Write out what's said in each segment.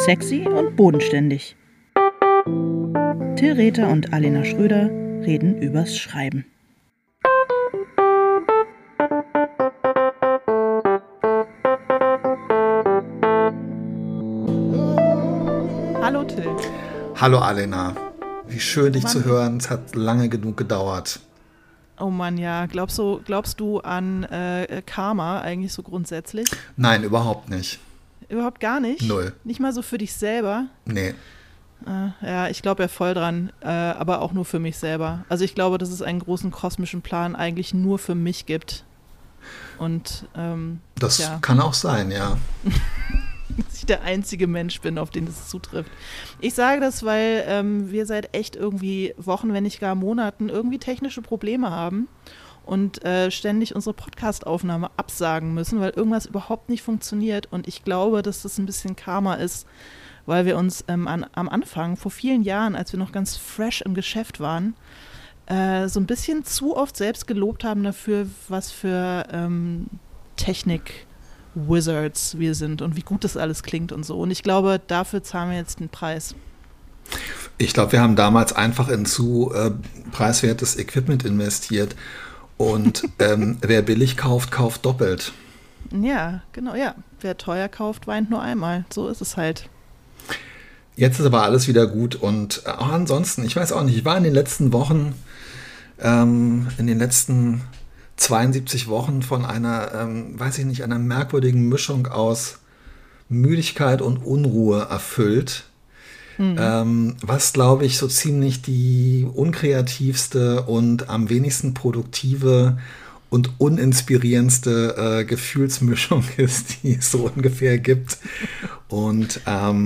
Sexy und bodenständig. Till Rether und Alena Schröder reden übers Schreiben. Hallo Till. Hallo Alena. Wie schön dich zu hören. Es hat lange genug gedauert. Oh Mann, ja. Glaubst du an Karma eigentlich so grundsätzlich? Nein, überhaupt nicht. Überhaupt gar nicht? Null. Nicht mal so für dich selber? Nee. Ja, ich glaube ja voll dran, aber auch nur für mich selber. Also ich glaube, dass es einen großen kosmischen Plan eigentlich nur für mich gibt. Und das ja. Kann auch sein, ja. Dass ich der einzige Mensch bin, auf den das zutrifft. Ich sage das, weil wir seit echt irgendwie Wochen, wenn nicht gar Monaten, irgendwie technische Probleme haben und ständig unsere Podcast-Aufnahme absagen müssen, weil irgendwas überhaupt nicht funktioniert. Und ich glaube, dass das ein bisschen Karma ist, weil wir uns am Anfang, vor vielen Jahren, als wir noch ganz fresh im Geschäft waren, so ein bisschen zu oft selbst gelobt haben dafür, was für Technik-Wizards wir sind und wie gut das alles klingt und so. Und ich glaube, dafür zahlen wir jetzt den Preis. Ich glaube, wir haben damals einfach in zu preiswertes Equipment investiert. Und wer billig kauft, kauft doppelt. Ja, genau, ja. Wer teuer kauft, weint nur einmal. So ist es halt. Jetzt ist aber alles wieder gut. Und auch ansonsten, ich weiß auch nicht, ich war in den letzten Wochen, in den letzten 72 Wochen von einer, einer merkwürdigen Mischung aus Müdigkeit und Unruhe erfüllt. Was, glaube ich, so ziemlich die unkreativste und am wenigsten produktive und uninspirierendste Gefühlsmischung ist, die es so ungefähr gibt. Und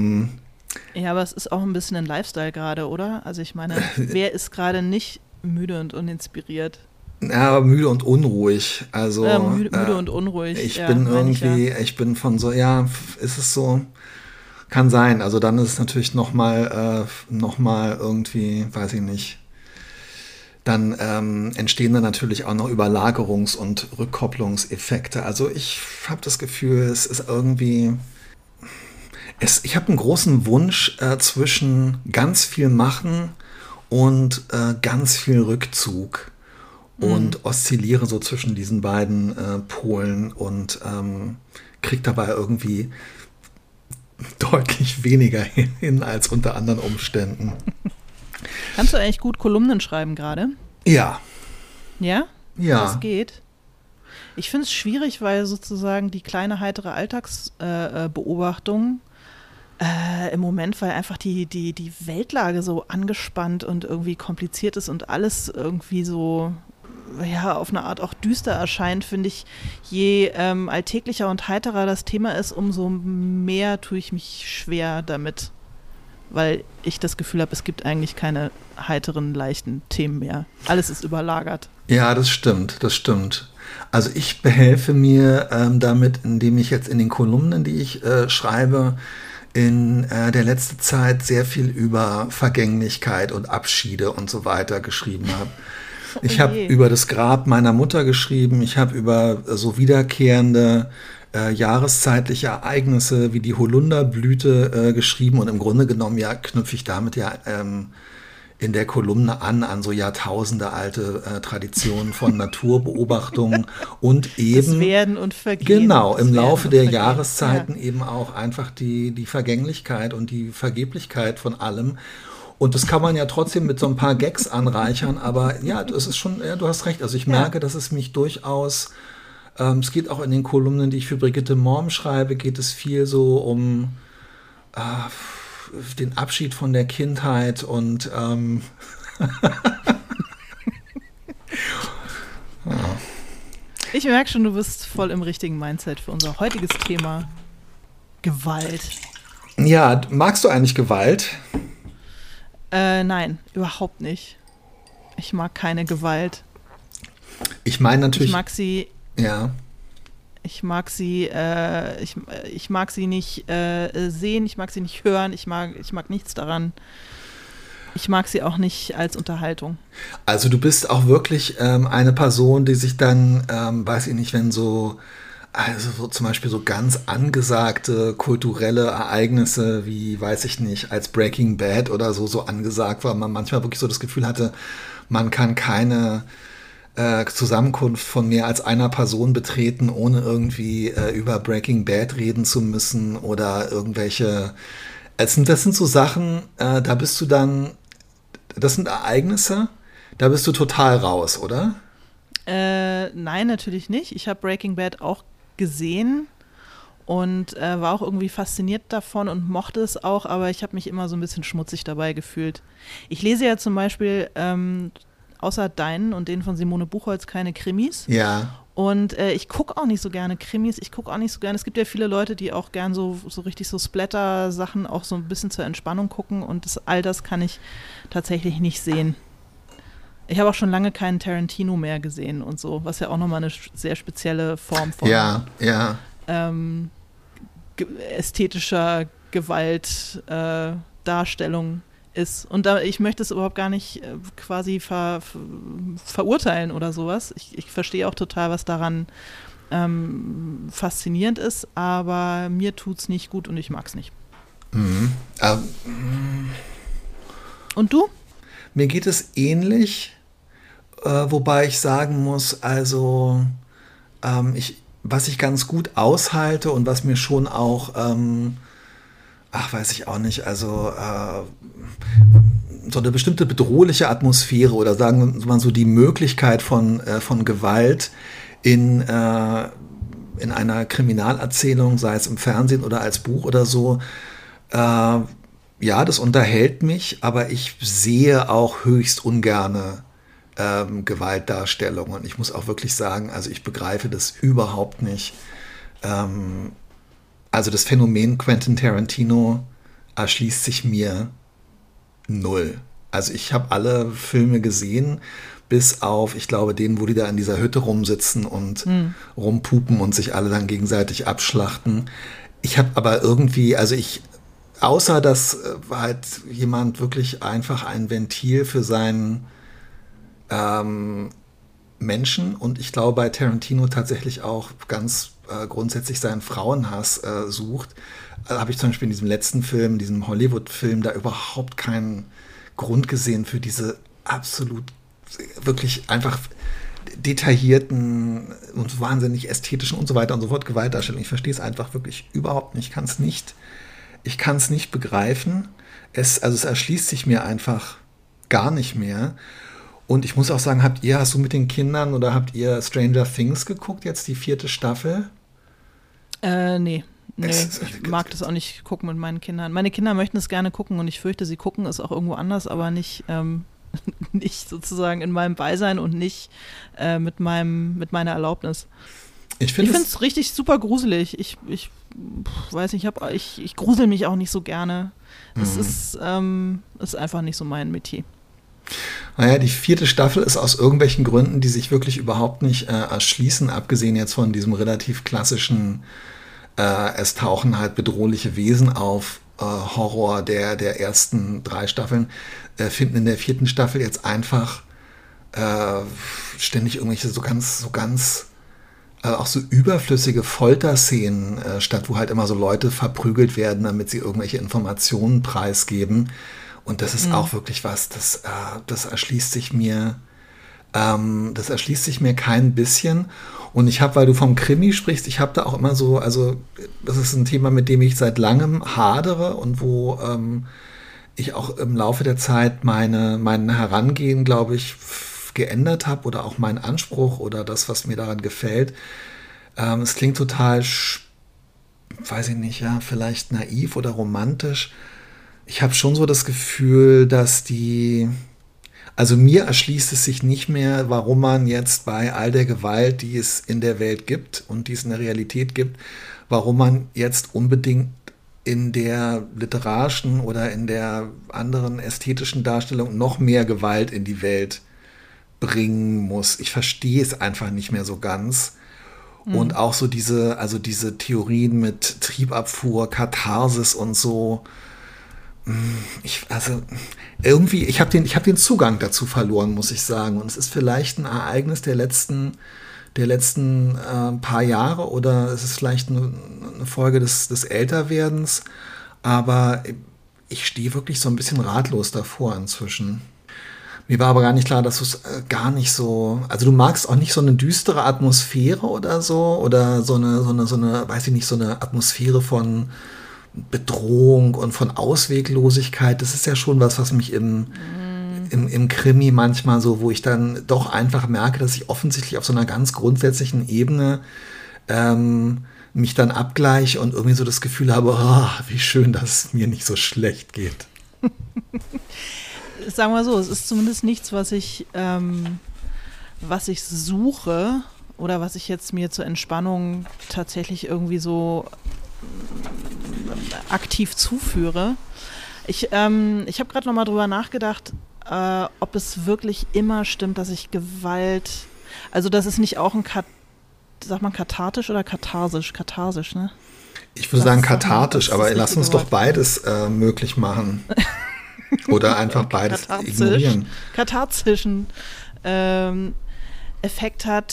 ja, aber es ist auch ein bisschen ein Lifestyle gerade, oder? Also ich meine, wer ist gerade nicht müde und uninspiriert? Ja, müde und unruhig. Also müde und unruhig. Ich bin irgendwie, ich bin von so, ja, ist es so? Kann sein. Also dann ist es natürlich noch mal irgendwie, weiß ich nicht. Dann entstehen dann natürlich auch noch Überlagerungs- und Rückkopplungseffekte. Also ich habe das Gefühl, es ist irgendwie. Ich habe einen großen Wunsch zwischen ganz viel machen und ganz viel Rückzug. Und oszilliere so zwischen diesen beiden Polen und kriege dabei irgendwie deutlich weniger hin als unter anderen Umständen. Kannst du eigentlich gut Kolumnen schreiben gerade? Ja. Ja? Ja. Das geht. Ich finde es schwierig, weil sozusagen die kleine heitere Alltagsbeobachtung im Moment, weil einfach die Weltlage so angespannt und irgendwie kompliziert ist und alles irgendwie so ja, auf eine Art auch düster erscheint, finde ich, je alltäglicher und heiterer das Thema ist, umso mehr tue ich mich schwer damit, weil ich das Gefühl habe, es gibt eigentlich keine heiteren, leichten Themen mehr. Alles ist überlagert. Ja, das stimmt. Also ich behelfe mir damit, indem ich jetzt in den Kolumnen, die ich schreibe, in der letzten Zeit sehr viel über Vergänglichkeit und Abschiede und so weiter geschrieben habe. Ich habe über das Grab meiner Mutter geschrieben, ich habe über so wiederkehrende jahreszeitliche Ereignisse wie die Holunderblüte geschrieben und im Grunde genommen ja knüpfe ich damit ja in der Kolumne an so Jahrtausende alte Traditionen von Naturbeobachtungen und eben das Werden und Vergehen. Genau, im Laufe der Jahreszeiten eben auch einfach die Vergänglichkeit und die Vergeblichkeit von allem. Und das kann man ja trotzdem mit so ein paar Gags anreichern, aber ja, das ist schon, ja, du hast recht. Also ich merke, dass es mich durchaus, es geht auch in den Kolumnen, die ich für Brigitte Morm schreibe, geht es viel so um den Abschied von der Kindheit und ja. Ich merke schon, du bist voll im richtigen Mindset für unser heutiges Thema Gewalt. Ja, magst du eigentlich Gewalt? Nein, überhaupt nicht. Ich mag keine Gewalt. Ich meine natürlich. Ich mag sie. Ja. Ich mag sie. Ich mag sie nicht sehen. Ich mag sie nicht hören. Ich mag nichts daran. Ich mag sie auch nicht als Unterhaltung. Also du bist auch wirklich eine Person, die sich dann, weiß ich nicht, wenn so Also so zum Beispiel so ganz angesagte kulturelle Ereignisse wie, weiß ich nicht, als Breaking Bad oder so angesagt war, man manchmal wirklich so das Gefühl hatte, man kann keine Zusammenkunft von mehr als einer Person betreten, ohne irgendwie über Breaking Bad reden zu müssen oder irgendwelche. Das sind so Sachen, da bist du dann, das sind Ereignisse, da bist du total raus, oder? Nein, natürlich nicht. Ich habe Breaking Bad auch gesehen und war auch irgendwie fasziniert davon und mochte es auch, aber ich habe mich immer so ein bisschen schmutzig dabei gefühlt. Ich lese ja zum Beispiel außer deinen und denen von Simone Buchholz keine Krimis. Ja. Und ich gucke auch nicht so gerne Krimis, ich gucke auch nicht so gerne, es gibt ja viele Leute, die auch gern so richtig so Splatter-Sachen auch so ein bisschen zur Entspannung gucken und all das kann ich tatsächlich nicht sehen. Ich habe auch schon lange keinen Tarantino mehr gesehen und so, was ja auch nochmal eine sehr spezielle Form von ästhetischer Gewaltdarstellung ist. Und ich möchte es überhaupt gar nicht quasi verurteilen oder sowas. Ich verstehe auch total, was daran faszinierend ist, aber mir tut's nicht gut und ich mag's nicht. Mhm. Und du? Mir geht es ähnlich, wobei ich sagen muss, also was ich ganz gut aushalte und was mir schon auch, weiß ich auch nicht, also so eine bestimmte bedrohliche Atmosphäre oder sagen wir mal so die Möglichkeit von Gewalt in einer Kriminalerzählung, sei es im Fernsehen oder als Buch oder so, ja, das unterhält mich, aber ich sehe auch höchst ungerne Gewaltdarstellungen. Und ich muss auch wirklich sagen, also ich begreife das überhaupt nicht. Also das Phänomen Quentin Tarantino erschließt sich mir null. Also ich habe alle Filme gesehen, bis auf, ich glaube, den, wo die da in dieser Hütte rumsitzen und rumpupen und sich alle dann gegenseitig abschlachten. Ich habe aber irgendwie, außer dass halt jemand wirklich einfach ein Ventil für seinen Menschen und ich glaube bei Tarantino tatsächlich auch ganz grundsätzlich seinen Frauenhass sucht, habe ich zum Beispiel in diesem letzten Film, diesem Hollywood-Film, da überhaupt keinen Grund gesehen für diese absolut wirklich einfach detaillierten und wahnsinnig ästhetischen und so weiter und so fort Gewaltdarstellungen. Ich verstehe es einfach wirklich überhaupt nicht. Ich kann es nicht begreifen. Es erschließt sich mir einfach gar nicht mehr. Und ich muss auch sagen, hast du mit den Kindern oder habt ihr Stranger Things geguckt, jetzt die 4. Staffel? Nee. Ich mag das auch nicht gucken mit meinen Kindern. Meine Kinder möchten es gerne gucken und ich fürchte, sie gucken es auch irgendwo anders, aber nicht, nicht sozusagen in meinem Beisein und nicht mit meiner Erlaubnis. Ich finde es richtig super gruselig. Ich weiß nicht, ich grusel mich auch nicht so gerne. Es ist einfach nicht so mein Metier. Naja, die 4. Staffel ist aus irgendwelchen Gründen, die sich wirklich überhaupt nicht erschließen, abgesehen jetzt von diesem relativ klassischen, es tauchen halt bedrohliche Wesen auf, Horror der ersten 3 Staffeln, finden in der 4. Staffel jetzt einfach ständig irgendwelche so ganz auch so überflüssige Folterszenen statt, wo halt immer so Leute verprügelt werden, damit sie irgendwelche Informationen preisgeben. Und das ist auch wirklich was, das erschließt sich mir kein bisschen. Und ich habe, weil du vom Krimi sprichst, ich habe da auch immer so, also das ist ein Thema, mit dem ich seit langem hadere und wo ich auch im Laufe der Zeit mein Herangehen, glaube ich, geändert habe oder auch meinen Anspruch oder das, was mir daran gefällt. Es klingt total, weiß ich nicht, ja, vielleicht naiv oder romantisch. Ich habe schon so das Gefühl, dass also mir erschließt es sich nicht mehr, warum man jetzt bei all der Gewalt, die es in der Welt gibt und die es in der Realität gibt, warum man jetzt unbedingt in der literarischen oder in der anderen ästhetischen Darstellung noch mehr Gewalt in die Welt bringen muss. Ich verstehe es einfach nicht mehr so ganz. Und auch so diese Theorien mit Triebabfuhr, Katharsis und so. Ich habe den Zugang dazu verloren, muss ich sagen. Und es ist vielleicht ein Ereignis der letzten der letzten paar Jahre oder es ist vielleicht eine Folge des Älterwerdens, aber ich stehe wirklich so ein bisschen ratlos davor inzwischen. Mir war aber gar nicht klar, dass du es gar nicht so, also du magst auch nicht so eine düstere Atmosphäre oder so eine, weiß ich nicht, so eine Atmosphäre von Bedrohung und von Ausweglosigkeit. Das ist ja schon was mich im Krimi manchmal so, wo ich dann doch einfach merke, dass ich offensichtlich auf so einer ganz grundsätzlichen Ebene mich dann abgleiche und irgendwie so das Gefühl habe, wie schön, dass es mir nicht so schlecht geht. Sagen wir so, es ist zumindest nichts, was ich suche oder was ich jetzt mir zur Entspannung tatsächlich irgendwie so aktiv zuführe. Ich habe gerade noch mal drüber nachgedacht, ob es wirklich immer stimmt, dass ich Gewalt, also das ist nicht auch sagt man kathartisch oder katharsisch? Katharsisch, ne? Ich würde sagen kathartisch, aber lass uns doch beides möglich machen. Oder einfach beides ignorieren. Katharzischen Effekt hat,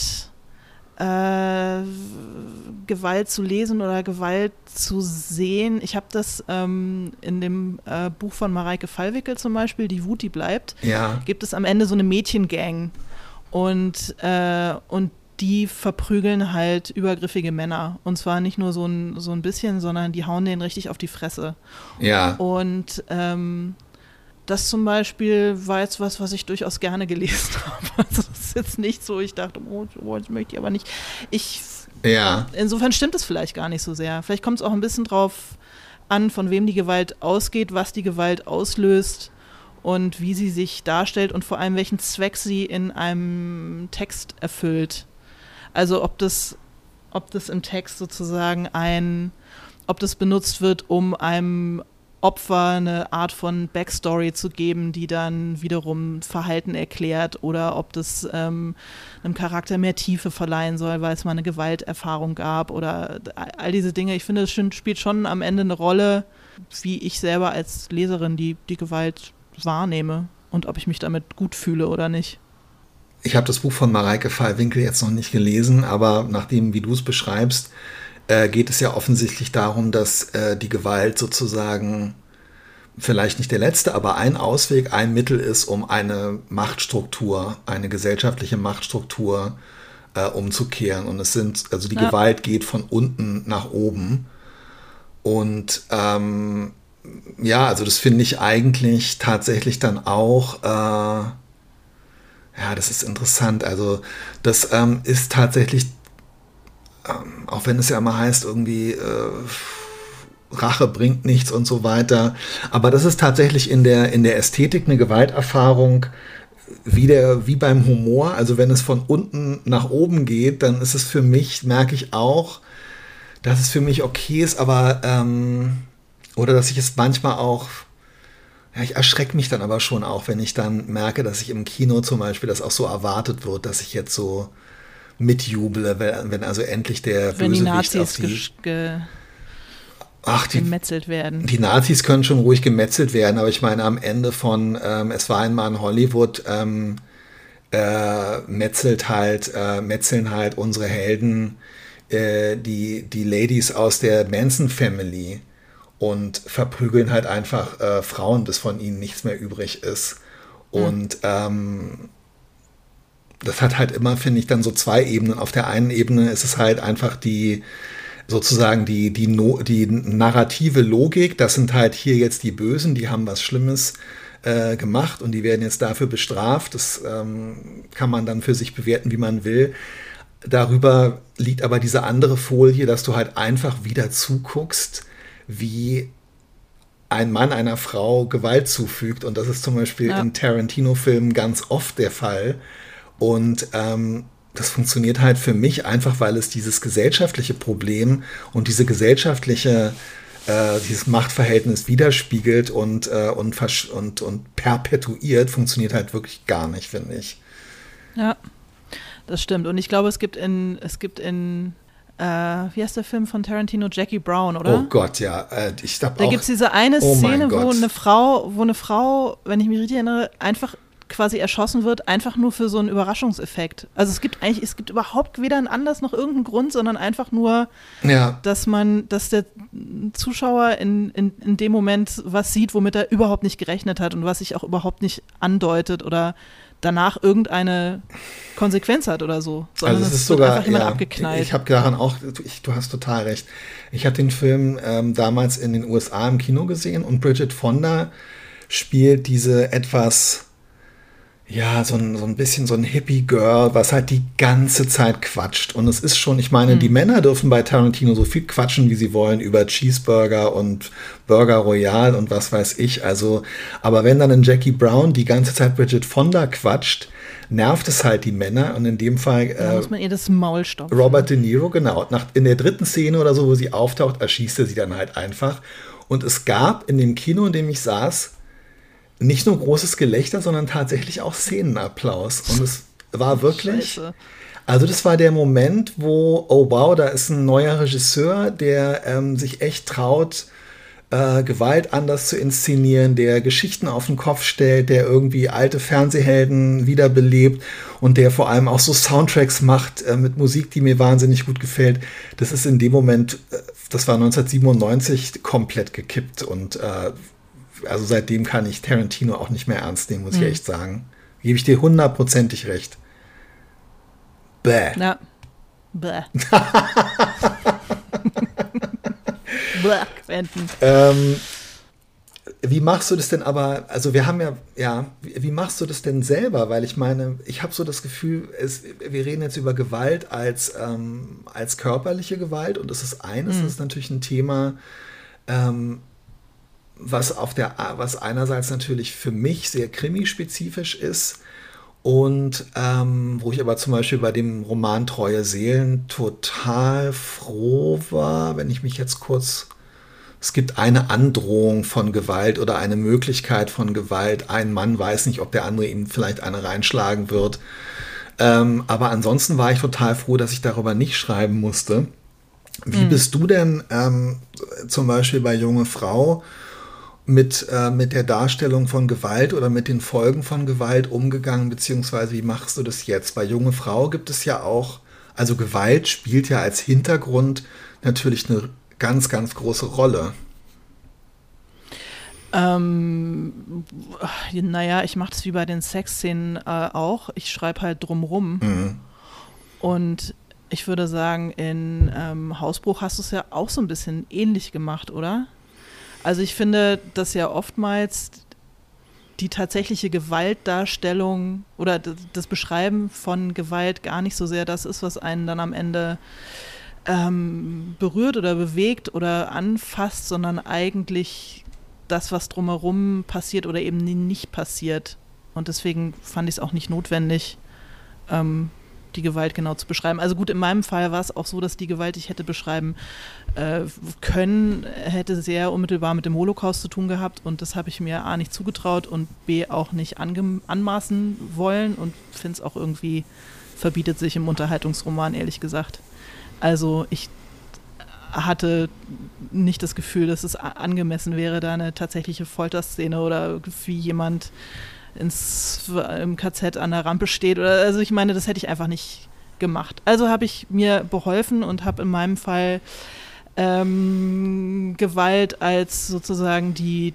Gewalt zu lesen oder Gewalt zu sehen. Ich habe das in dem Buch von Mareike Fallwickel zum Beispiel, Die Wut, die bleibt, gibt es am Ende so eine Mädchengang und die verprügeln halt übergriffige Männer. Und zwar nicht nur so ein bisschen, sondern die hauen denen richtig auf die Fresse. Ja. Und das zum Beispiel war jetzt was ich durchaus gerne gelesen habe. Also das ist jetzt nicht so, ich dachte, das möchte ich aber nicht. Insofern stimmt es vielleicht gar nicht so sehr. Vielleicht kommt es auch ein bisschen drauf an, von wem die Gewalt ausgeht, was die Gewalt auslöst und wie sie sich darstellt und vor allem welchen Zweck sie in einem Text erfüllt. Also ob das im Text sozusagen ob das benutzt wird, um einem Opfer eine Art von Backstory zu geben, die dann wiederum Verhalten erklärt oder ob das einem Charakter mehr Tiefe verleihen soll, weil es mal eine Gewalterfahrung gab oder all diese Dinge. Ich finde, es spielt schon am Ende eine Rolle, wie ich selber als Leserin die Gewalt wahrnehme und ob ich mich damit gut fühle oder nicht. Ich habe das Buch von Mareike Fallwinkel jetzt noch nicht gelesen, aber nachdem, wie du es beschreibst, geht es ja offensichtlich darum, dass die Gewalt sozusagen vielleicht nicht der letzte, aber ein Ausweg, ein Mittel ist, um eine Machtstruktur, eine gesellschaftliche Machtstruktur umzukehren. Und die Gewalt geht von unten nach oben. Und also das finde ich eigentlich tatsächlich dann auch, das ist interessant. Also das ist tatsächlich, auch wenn es ja immer heißt, irgendwie Rache bringt nichts und so weiter. Aber das ist tatsächlich in der Ästhetik eine Gewalterfahrung wie beim Humor. Also wenn es von unten nach oben geht, dann ist es für mich, merke ich auch, dass es für mich okay ist, aber oder dass ich es manchmal auch, ich erschrecke mich dann aber schon auch, wenn ich dann merke, dass ich im Kino zum Beispiel, das auch so erwartet wird, dass ich jetzt so mitjubele, wenn also endlich der Bösewicht auf die gemetzelt werden. Die Nazis können schon ruhig gemetzelt werden, aber ich meine am Ende von Es war einmal in Hollywood metzeln halt unsere Helden die Ladies aus der Manson Family und verprügeln halt einfach Frauen, bis von ihnen nichts mehr übrig ist. Und das hat halt immer, finde ich, dann so zwei Ebenen. Auf der einen Ebene ist es halt einfach die narrative Logik. Das sind halt hier jetzt die Bösen, die haben was Schlimmes gemacht und die werden jetzt dafür bestraft. Das kann man dann für sich bewerten, wie man will. Darüber liegt aber diese andere Folie, dass du halt einfach wieder zuguckst, wie ein Mann einer Frau Gewalt zufügt. Und das ist zum Beispiel in Tarantino-Filmen ganz oft der Fall. Und das funktioniert halt für mich einfach, weil es dieses gesellschaftliche Problem und dieses Machtverhältnis widerspiegelt und perpetuiert, funktioniert halt wirklich gar nicht, finde ich. Ja, das stimmt. Und ich glaube, es gibt in wie heißt der Film von Tarantino? Jackie Brown, oder? Oh Gott, ja. Da gibt es diese eine Szene, wo eine Frau, wenn ich mich richtig erinnere, einfach quasi erschossen wird, einfach nur für so einen Überraschungseffekt. Also es gibt überhaupt weder einen Anlass noch irgendeinen Grund, sondern einfach nur, dass der Zuschauer in dem Moment was sieht, womit er überhaupt nicht gerechnet hat und was sich auch überhaupt nicht andeutet oder danach irgendeine Konsequenz hat oder so. Sondern also es ist wird sogar einfach jemand abgeknallt. Ich habe daran auch, du hast total recht. Ich habe den Film damals in den USA im Kino gesehen und Bridget Fonda spielt diese etwas, so ein bisschen so ein Hippie-Girl, was halt die ganze Zeit quatscht. Und es ist schon, ich meine, die Männer dürfen bei Tarantino so viel quatschen, wie sie wollen, über Cheeseburger und Burger Royal und was weiß ich. Also, aber wenn dann ein Jackie Brown die ganze Zeit Bridget Fonda quatscht, nervt es halt die Männer. Und in dem Fall da muss man ihr das Maul stopfen. Robert De Niro, genau. In der 3. Szene oder so, wo sie auftaucht, erschießt er sie dann halt einfach. Und es gab in dem Kino, in dem ich saß, nicht nur großes Gelächter, sondern tatsächlich auch Szenenapplaus. Und es war wirklich, Scheiße. Also das war der Moment, wo, oh wow, da ist ein neuer Regisseur, der sich echt traut, Gewalt anders zu inszenieren, der Geschichten auf den Kopf stellt, der irgendwie alte Fernsehhelden wiederbelebt und der vor allem auch so Soundtracks macht mit Musik, die mir wahnsinnig gut gefällt. Das ist in dem Moment, das war 1997, komplett gekippt und also seitdem kann ich Tarantino auch nicht mehr ernst nehmen, muss ich echt sagen. Gebe ich dir 100%ig recht. Bäh. Ja. Bäh. Bäh, Quentin. Wie machst du das denn aber, also wir haben wie machst du das denn selber? Weil ich meine, ich habe so das Gefühl, wir reden jetzt über Gewalt als körperliche Gewalt und das ist das ist natürlich ein Thema, was einerseits natürlich für mich sehr krimispezifisch ist und wo ich aber zum Beispiel bei dem Roman Treue Seelen total froh war, wenn ich mich jetzt es gibt eine Androhung von Gewalt oder eine Möglichkeit von Gewalt. Ein Mann weiß nicht, ob der andere ihm vielleicht eine reinschlagen wird. Aber ansonsten war ich total froh, dass ich darüber nicht schreiben musste. Wie bist du denn zum Beispiel bei Junge Frau mit der Darstellung von Gewalt oder mit den Folgen von Gewalt umgegangen, beziehungsweise wie machst du das jetzt? Bei Junge Frau gibt es ja auch, also Gewalt spielt ja als Hintergrund natürlich eine ganz, ganz große Rolle. Naja, ich mache das wie bei den Sexszenen auch. Ich schreibe halt drumrum. Und ich würde sagen, in Hausbruch hast du es ja auch so ein bisschen ähnlich gemacht, oder? Also ich finde, dass ja oftmals die tatsächliche Gewaltdarstellung oder das Beschreiben von Gewalt gar nicht so sehr das ist, was einen dann am Ende berührt oder bewegt oder anfasst, sondern eigentlich das, was drumherum passiert oder eben nicht passiert. Und deswegen fand ich es auch nicht notwendig, die Gewalt genau zu beschreiben. Also gut, in meinem Fall war es auch so, dass die Gewalt, die ich hätte beschreiben können, hätte sehr unmittelbar mit dem Holocaust zu tun gehabt und das habe ich mir A nicht zugetraut und B auch nicht anmaßen wollen und finde es auch irgendwie verbietet sich im Unterhaltungsroman, ehrlich gesagt. Also ich hatte nicht das Gefühl, dass es angemessen wäre, da eine tatsächliche Folterszene oder wie jemand im KZ an der Rampe steht. Also ich meine, das hätte ich einfach nicht gemacht. Also habe ich mir beholfen und habe in meinem Fall Gewalt als sozusagen die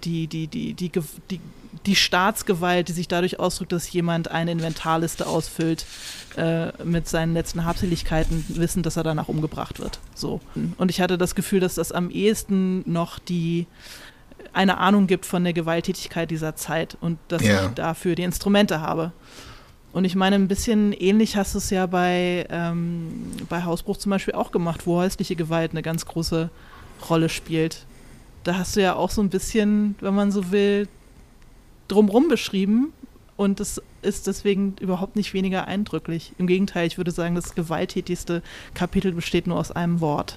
Staatsgewalt, die sich dadurch ausdrückt, dass jemand eine Inventarliste ausfüllt mit seinen letzten Habseligkeiten, wissen, dass er danach umgebracht wird. So. Und ich hatte das Gefühl, dass das am ehesten noch eine Ahnung gibt von der Gewalttätigkeit dieser Zeit und dass ich dafür die Instrumente habe. Und ich meine, ein bisschen ähnlich hast du es ja bei Hausbruch zum Beispiel auch gemacht, wo häusliche Gewalt eine ganz große Rolle spielt. Da hast du ja auch so ein bisschen, wenn man so will, drumrum beschrieben und es ist deswegen überhaupt nicht weniger eindrücklich. Im Gegenteil, ich würde sagen, das gewalttätigste Kapitel besteht nur aus einem Wort.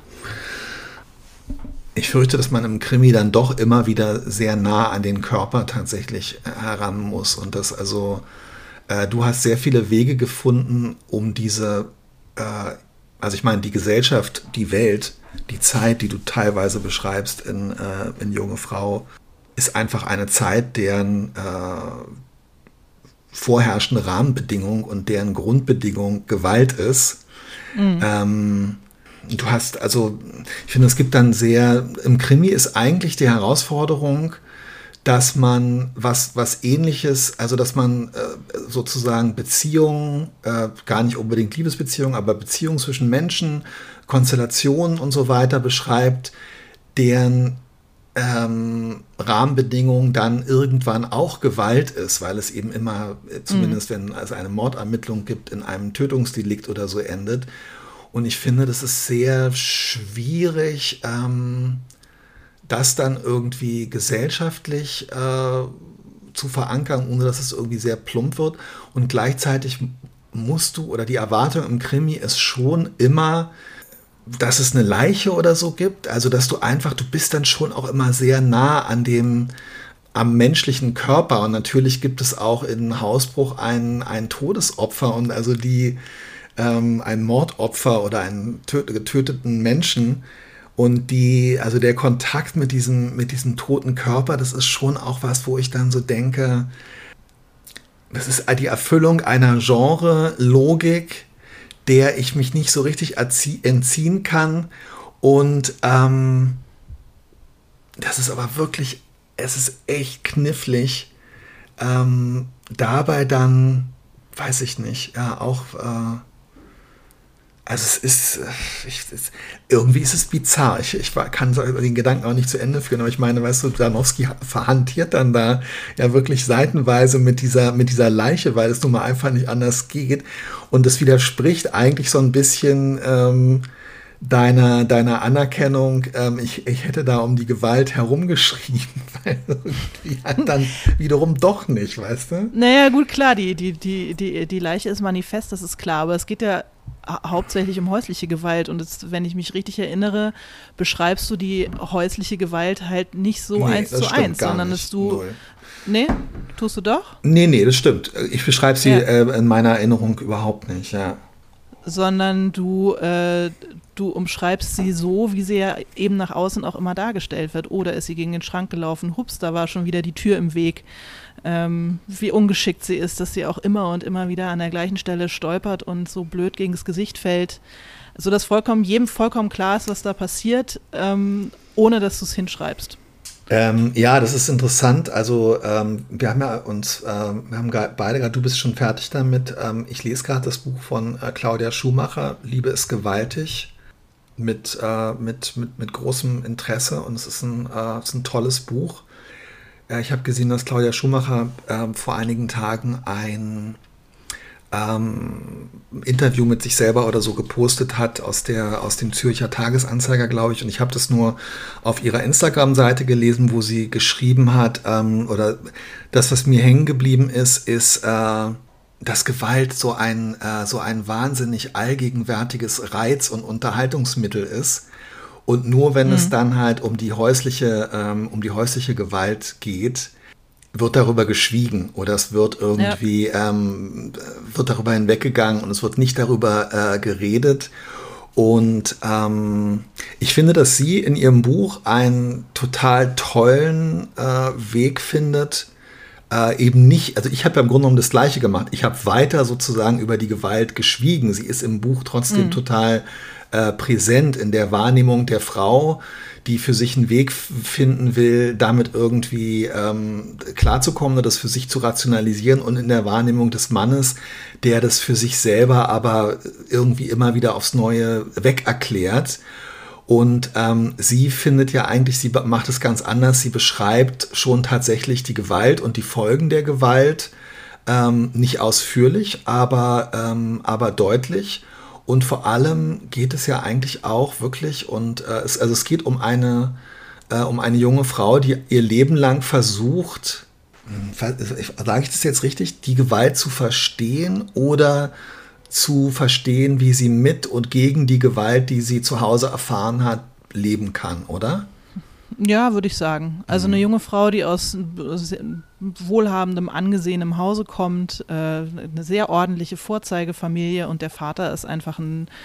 Ich fürchte, dass man im Krimi dann doch immer wieder sehr nah an den Körper tatsächlich heran muss und das also du hast sehr viele Wege gefunden, um diese, also ich meine, die Gesellschaft, die Welt, die Zeit, die du teilweise beschreibst in Junge Frau, ist einfach eine Zeit, deren vorherrschende Rahmenbedingung und deren Grundbedingung Gewalt ist. Du hast, also ich finde, es gibt dann im Krimi ist eigentlich die Herausforderung, dass man was Ähnliches, also dass man sozusagen Beziehungen, gar nicht unbedingt Liebesbeziehungen, aber Beziehungen zwischen Menschen, Konstellationen und so weiter beschreibt, deren Rahmenbedingungen dann irgendwann auch Gewalt ist, weil es eben immer, zumindest wenn es eine Mordermittlung gibt, in einem Tötungsdelikt oder so endet. Und ich finde, das ist sehr schwierig, das dann irgendwie gesellschaftlich zu verankern, ohne dass es irgendwie sehr plump wird. Und gleichzeitig musst du, oder die Erwartung im Krimi ist schon immer, dass es eine Leiche oder so gibt. Also, dass du bist dann schon auch immer sehr nah am menschlichen Körper. Und natürlich gibt es auch in Hausbruch ein Todesopfer und also ein Mordopfer oder einen getöteten Menschen. Und also der Kontakt mit diesem toten Körper, das ist schon auch was, wo ich dann so denke, das ist die Erfüllung einer Genre-Logik, der ich mich nicht so richtig entziehen kann. Und das ist aber wirklich, es ist echt knifflig, dabei dann, weiß ich nicht, ja, auch also irgendwie ist es bizarr. Ich kann den Gedanken auch nicht zu Ende führen, aber ich meine, weißt du, Danowski verhantiert dann da ja wirklich seitenweise mit dieser Leiche, weil es nun mal einfach nicht anders geht. Und das widerspricht eigentlich so ein bisschen deiner Anerkennung. Ich hätte da um die Gewalt herumgeschrien, weil irgendwie halt dann wiederum doch nicht, weißt du? Naja, gut, klar, die Leiche ist manifest, das ist klar, aber es geht ja hauptsächlich um häusliche Gewalt und wenn ich mich richtig erinnere, beschreibst du die häusliche Gewalt halt nicht so 1:1, sondern dass du... Null. Nee? Tust du doch? Nee, das stimmt. Ich beschreibe sie in meiner Erinnerung überhaupt nicht, ja. Sondern du umschreibst sie so, wie sie ja eben nach außen auch immer dargestellt wird. Oder ist sie gegen den Schrank gelaufen, hups, da war schon wieder die Tür im Weg. Wie ungeschickt sie ist, dass sie auch immer und immer wieder an der gleichen Stelle stolpert und so blöd gegen das Gesicht fällt. Sodass jedem vollkommen klar ist, was da passiert, ohne dass du es hinschreibst. Ja, das ist interessant. Also wir haben beide gerade, du bist schon fertig damit. Ich lese gerade das Buch von Claudia Schumacher, Liebe ist gewaltig, mit großem Interesse und es ist ein tolles Buch. Ich habe gesehen, dass Claudia Schumacher vor einigen Tagen ein Interview mit sich selber oder so gepostet hat aus dem Zürcher Tagesanzeiger, glaube ich. Und ich habe das nur auf ihrer Instagram-Seite gelesen, wo sie geschrieben hat, oder das, was mir hängen geblieben ist, dass Gewalt so ein wahnsinnig allgegenwärtiges Reiz- und Unterhaltungsmittel ist. Und nur wenn es dann halt um die häusliche Gewalt geht, wird darüber geschwiegen oder es wird irgendwie wird darüber hinweggegangen und es wird nicht darüber geredet. Und ich finde, dass sie in ihrem Buch einen total tollen Weg findet, eben nicht, also ich habe ja im Grunde genommen das Gleiche gemacht. Ich habe weiter sozusagen über die Gewalt geschwiegen. Sie ist im Buch trotzdem total präsent in der Wahrnehmung der Frau, die für sich einen Weg finden will, damit irgendwie klarzukommen, das für sich zu rationalisieren und in der Wahrnehmung des Mannes, der das für sich selber aber irgendwie immer wieder aufs Neue weg erklärt. Und sie findet ja eigentlich, sie macht es ganz anders, sie beschreibt schon tatsächlich die Gewalt und die Folgen der Gewalt, nicht ausführlich, aber deutlich. Und vor allem geht es ja eigentlich auch wirklich, es geht um eine junge Frau, die ihr Leben lang versucht, sage ich das jetzt richtig, die Gewalt zu verstehen oder zu verstehen, wie sie mit und gegen die Gewalt, die sie zu Hause erfahren hat, leben kann, oder? Ja, würde ich sagen. Also eine junge Frau, die aus wohlhabendem, angesehenem Hause kommt, eine sehr ordentliche Vorzeigefamilie und der Vater ist einfach ein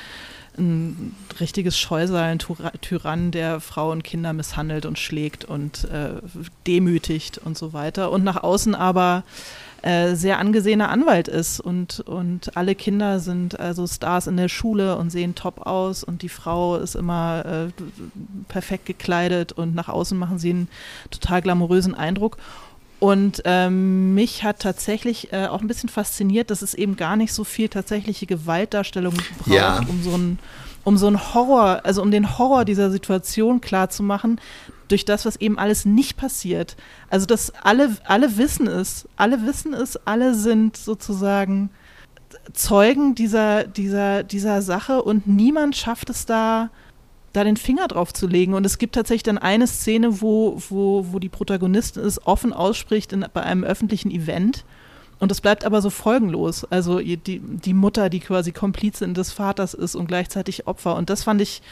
ein richtiges Scheusal, ein Tyrann, der Frau und Kinder misshandelt und schlägt und demütigt und so weiter. Und nach außen aber sehr angesehener Anwalt ist und alle Kinder sind also Stars in der Schule und sehen top aus und die Frau ist immer perfekt gekleidet und nach außen machen sie einen total glamourösen Eindruck. Und mich hat tatsächlich auch ein bisschen fasziniert, dass es eben gar nicht so viel tatsächliche Gewaltdarstellung braucht, um so einen Horror, also um den Horror dieser Situation klarzumachen, durch das, was eben alles nicht passiert. Also dass alle wissen es, alle sind sozusagen Zeugen dieser Sache und niemand schafft es da den Finger drauf zu legen. Und es gibt tatsächlich dann eine Szene, wo die Protagonistin es offen ausspricht bei einem öffentlichen Event. Und das bleibt aber so folgenlos. Also die Mutter, die quasi Komplizin des Vaters ist und gleichzeitig Opfer. Und das fand ich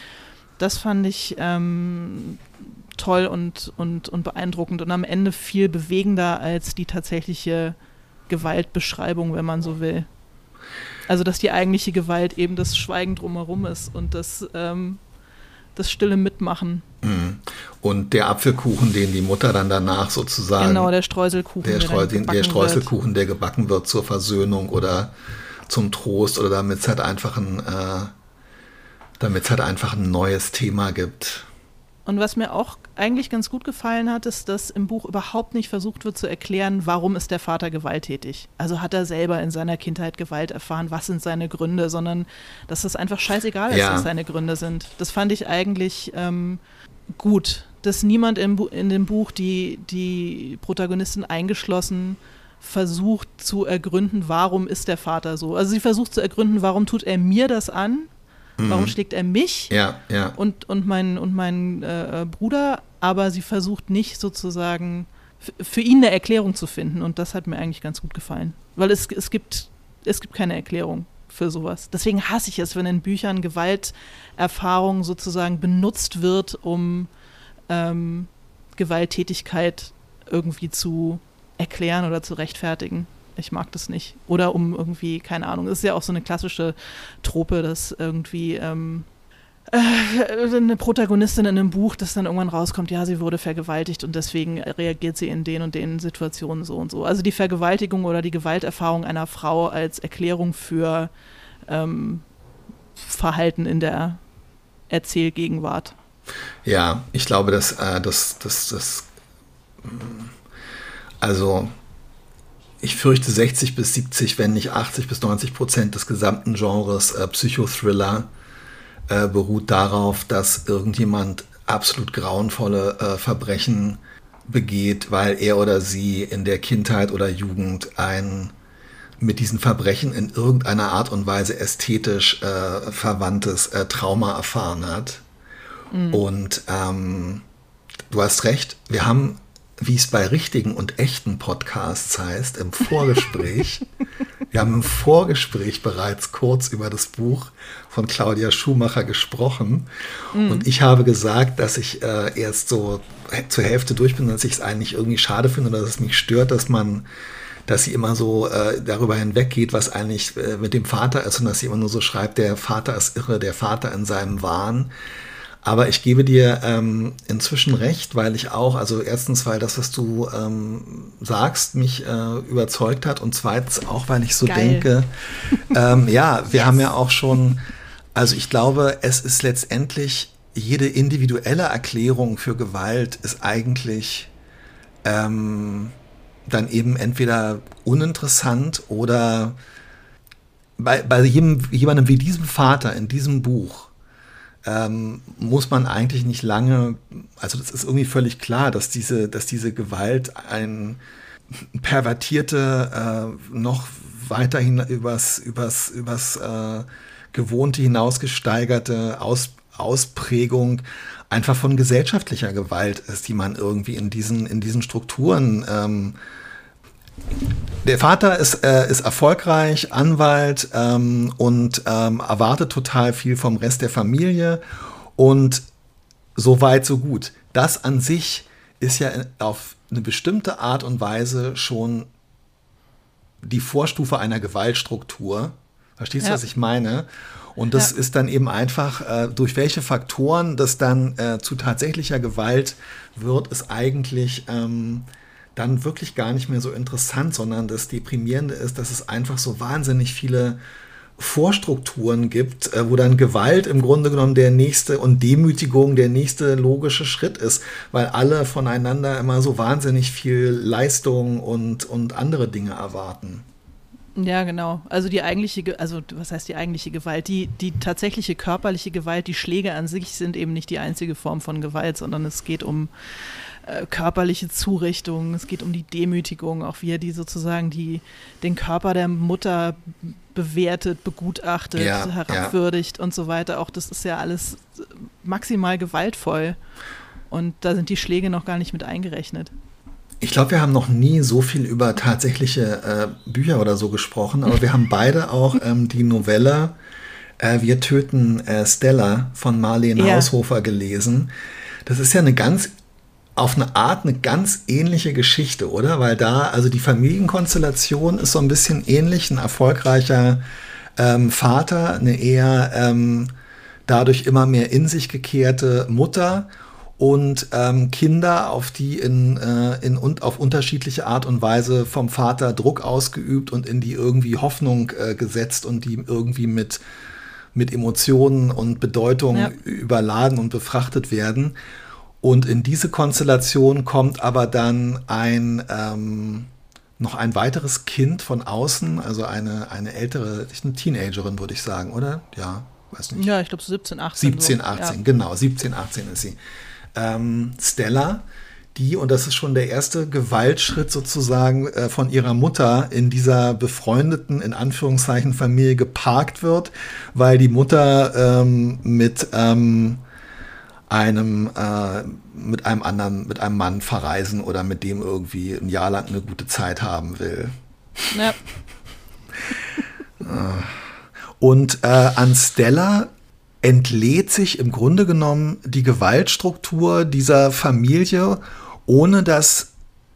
toll und beeindruckend und am Ende viel bewegender als die tatsächliche Gewaltbeschreibung, wenn man so will. Also dass die eigentliche Gewalt eben das Schweigen drumherum ist und das stille Mitmachen. Und der Apfelkuchen, den die Mutter dann danach sozusagen... Genau, der Streuselkuchen, der Streuselkuchen, der gebacken wird zur Versöhnung oder zum Trost oder damit es halt einfach ein neues Thema gibt. Und was mir auch eigentlich ganz gut gefallen hat, ist, dass im Buch überhaupt nicht versucht wird zu erklären, warum ist der Vater gewalttätig. Also hat er selber in seiner Kindheit Gewalt erfahren, was sind seine Gründe, sondern dass es einfach scheißegal ist, was seine Gründe sind. Das fand ich eigentlich gut, dass niemand in dem Buch, die Protagonistin eingeschlossen, versucht zu ergründen, warum ist der Vater so. Also sie versucht zu ergründen, warum tut er mir das an? Warum schlägt er mich und meinen Bruder, aber sie versucht nicht sozusagen für ihn eine Erklärung zu finden und das hat mir eigentlich ganz gut gefallen, weil es gibt keine Erklärung für sowas. Deswegen hasse ich es, wenn in Büchern Gewalterfahrung sozusagen benutzt wird, um Gewalttätigkeit irgendwie zu erklären oder zu rechtfertigen. Ich mag das nicht. Oder um irgendwie, keine Ahnung, das ist ja auch so eine klassische Trope, dass irgendwie eine Protagonistin in einem Buch, das dann irgendwann rauskommt, ja, sie wurde vergewaltigt und deswegen reagiert sie in den und den Situationen so und so. Also die Vergewaltigung oder die Gewalterfahrung einer Frau als Erklärung für Verhalten in der Erzählgegenwart. Ja, ich glaube, also ich fürchte 60 bis 70, wenn nicht 80 bis 90% des gesamten Genres Psychothriller beruht darauf, dass irgendjemand absolut grauenvolle Verbrechen begeht, weil er oder sie in der Kindheit oder Jugend ein mit diesen Verbrechen in irgendeiner Art und Weise ästhetisch verwandtes Trauma erfahren hat. Und du hast recht, wir haben, wie es bei richtigen und echten Podcasts heißt, im Vorgespräch, wir haben im Vorgespräch bereits kurz über das Buch von Claudia Schumacher gesprochen. Und ich habe gesagt, dass ich erst so zur Hälfte durch bin, dass ich es eigentlich irgendwie schade finde oder dass es mich stört, dass sie immer so darüber hinweggeht, was eigentlich mit dem Vater ist und dass sie immer nur so schreibt, der Vater ist irre, der Vater in seinem Wahn. Aber ich gebe dir inzwischen recht, weil ich auch, also erstens, weil das, was du sagst, mich überzeugt hat und zweitens auch, weil ich so denke, wir haben ja auch schon, also ich glaube, es ist letztendlich, jede individuelle Erklärung für Gewalt ist eigentlich dann eben entweder uninteressant oder bei jemandem wie diesem Vater in diesem Buch muss man eigentlich nicht lange, also das ist irgendwie völlig klar, dass diese Gewalt ein pervertierte, noch weiterhin übers Gewohnte hinausgesteigerte Ausprägung einfach von gesellschaftlicher Gewalt ist, die man irgendwie in diesen Strukturen der Vater ist erfolgreich, Anwalt und erwartet total viel vom Rest der Familie und so weit, so gut. Das an sich ist ja auf eine bestimmte Art und Weise schon die Vorstufe einer Gewaltstruktur, Verstehst du, was ich meine? Und das ist dann eben einfach, durch welche Faktoren das dann zu tatsächlicher Gewalt wird, ist eigentlich dann wirklich gar nicht mehr so interessant, sondern das Deprimierende ist, dass es einfach so wahnsinnig viele Vorstrukturen gibt, wo dann Gewalt im Grunde genommen der nächste und Demütigung der nächste logische Schritt ist, weil alle voneinander immer so wahnsinnig viel Leistung und andere Dinge erwarten. Ja, genau. Also was heißt die eigentliche Gewalt? Die tatsächliche körperliche Gewalt, die Schläge an sich sind eben nicht die einzige Form von Gewalt, sondern es geht um körperliche Zurichtung, es geht um die Demütigung, auch wie er die sozusagen den Körper der Mutter bewertet, begutachtet, herabwürdigt und so weiter. Auch das ist ja alles maximal gewaltvoll. Und da sind die Schläge noch gar nicht mit eingerechnet. Ich glaube, wir haben noch nie so viel über tatsächliche Bücher oder so gesprochen, aber wir haben beide auch die Novelle Wir töten Stella von Marlene Haushofer gelesen. Das ist ja auf eine Art eine ganz ähnliche Geschichte, oder? Weil da, also die Familienkonstellation ist so ein bisschen ähnlich, ein erfolgreicher Vater, eine eher dadurch immer mehr in sich gekehrte Mutter und Kinder, auf die auf unterschiedliche Art und Weise vom Vater Druck ausgeübt und in die irgendwie Hoffnung gesetzt und die irgendwie mit Emotionen und Bedeutung überladen und befrachtet werden. Und in diese Konstellation kommt aber dann noch ein weiteres Kind von außen, also eine ältere, eine Teenagerin, würde ich sagen, oder? Ja, weiß nicht. Ja, ich glaube so 17, 18. 17, 18, genau, 17, 18 ist sie. Stella, und das ist schon der erste Gewaltschritt sozusagen von ihrer Mutter in dieser befreundeten, in Anführungszeichen, Familie geparkt wird, weil die Mutter mit einem Mann verreisen oder mit dem irgendwie ein Jahr lang eine gute Zeit haben will. Ja. Und an Stella entlädt sich im Grunde genommen die Gewaltstruktur dieser Familie, ohne dass